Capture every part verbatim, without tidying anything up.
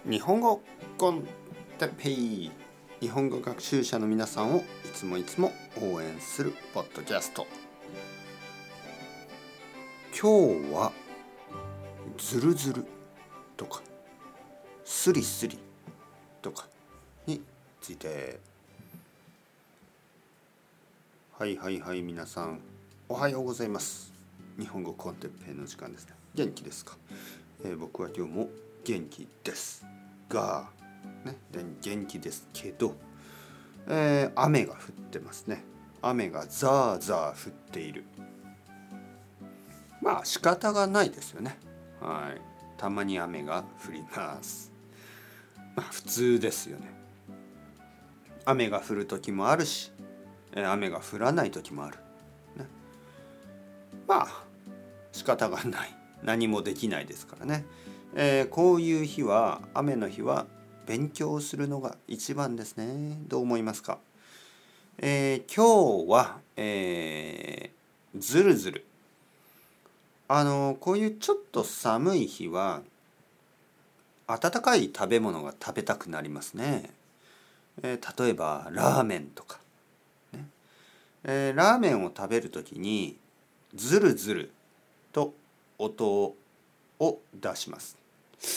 日本語コンテッペイ、日本語学習者の皆さんをいつもいつも応援するポッドキャスト。今日はズルズルとかスリスリとかについて。はいはいはい、皆さんおはようございます。日本語コンテッペイの時間ですね。元気ですか？えー、僕は今日も元気ですが、ね、元気ですけど、えー、雨が降ってますね。雨がザーザー降っている。まあ仕方がないですよね。はい、たまに雨が降ります。まあ普通ですよね。雨が降る時もあるし、雨が降らない時もある、ね、まあ仕方がない、何もできないですからね。えー、こういう日は、雨の日は勉強するのが一番ですね。どう思いますか？えー、今日は、えー、ずるずるあのこういうちょっと寒い日は温かい食べ物が食べたくなりますね。えー、例えばラーメンとか、ねえー、ラーメンを食べるときにずるずると音を出します。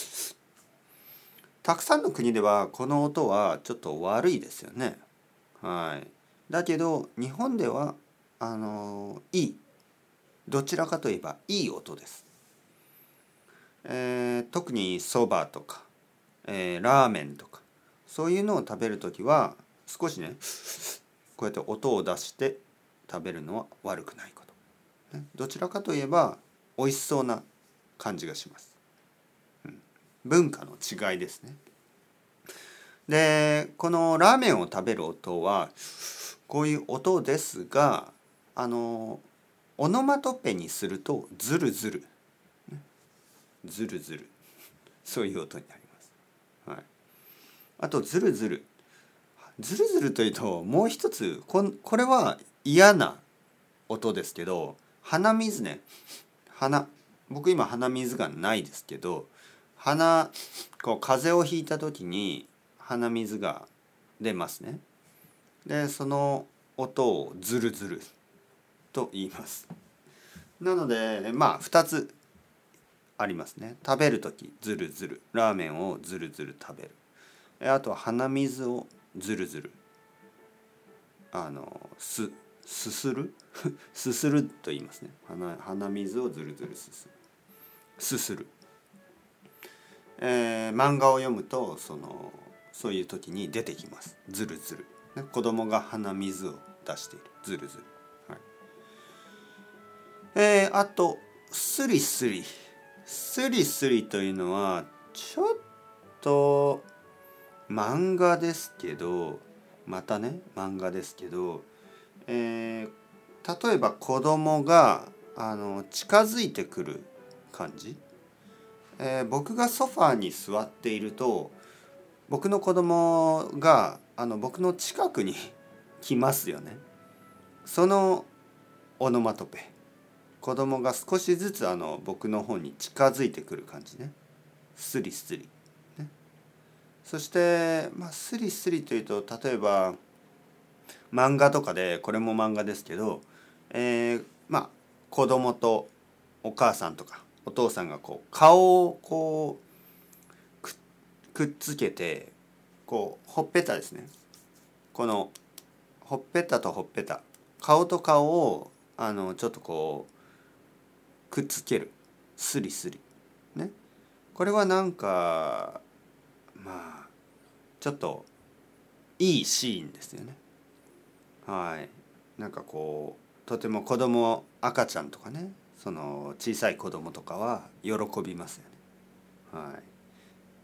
たくさんの国ではこの音はちょっと悪いですよね。はい。だけど日本ではあのいい、どちらかといえばいい音です。えー、特にそばとか、えー、ラーメンとかそういうのを食べるときは少しねこうやって音を出して食べるのは悪くないこと、ね、どちらかといえば美味しそうな感じがします。うん、文化の違いですね。で、このラーメンを食べる音はこういう音ですが、あのオノマトペにするとズルズル、ズルズル、そういう音になります。はい、あとズルズル、ズルズルというともう一つ、ここれは嫌な音ですけど、鼻水ね。鼻、僕今鼻水がないですけど、鼻こう風邪をひいた時に鼻水が出ますね。でその音をズルズルと言います。なのでまあふたつありますね。食べる時ズルズル、ラーメンをズルズル食べる。あとは鼻水をズルズル、あのすすするすすると言いますね。 鼻, 鼻水をずるずるすする、すする、えー、漫画を読むとそのそういう時に出てきます。ずるずる、ね、子供が鼻水を出している、ずるずる、はい。えー、あとスリスリ、スリスリというのはちょっと漫画ですけど、またね漫画ですけど、えー、例えば子供があの近づいてくる感じ、えー、僕がソファーに座っていると僕の子供があの僕の近くに来ますよね。そのオノマトペ、子供が少しずつあの僕の方に近づいてくる感じね。スリスリ、ね、そして、まあ、スリスリというと例えば漫画とかで、これも漫画ですけど、えー、まあ子供とお母さんとかお父さんがこう顔をこう く, くっつけて、こうほっぺたですね、このほっぺたとほっぺた、顔と顔をあのちょっとこうくっつける、スリスリね。これはなんかまあちょっといいシーンですよね。はい、なんかこうとても子供、赤ちゃんとかね、その小さい子供とかは喜びますよね。はい、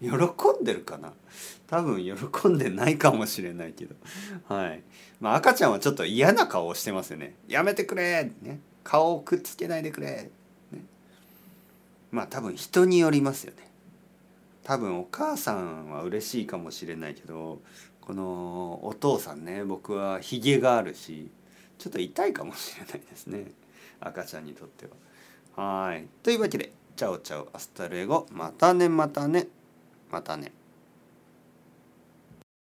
喜んでるかな、多分喜んでないかもしれないけど、はい、まあ赤ちゃんはちょっと嫌な顔をしてますよね。やめてくれ、ね、顔をくっつけないでくれ、ね、まあ多分人によりますよね。多分お母さんは嬉しいかもしれないけど、このお父さんね、僕はひげがあるしちょっと痛いかもしれないですね、赤ちゃんにとっては。はい、というわけでチャオチャオアスタルエゴ、またねまたねまたね。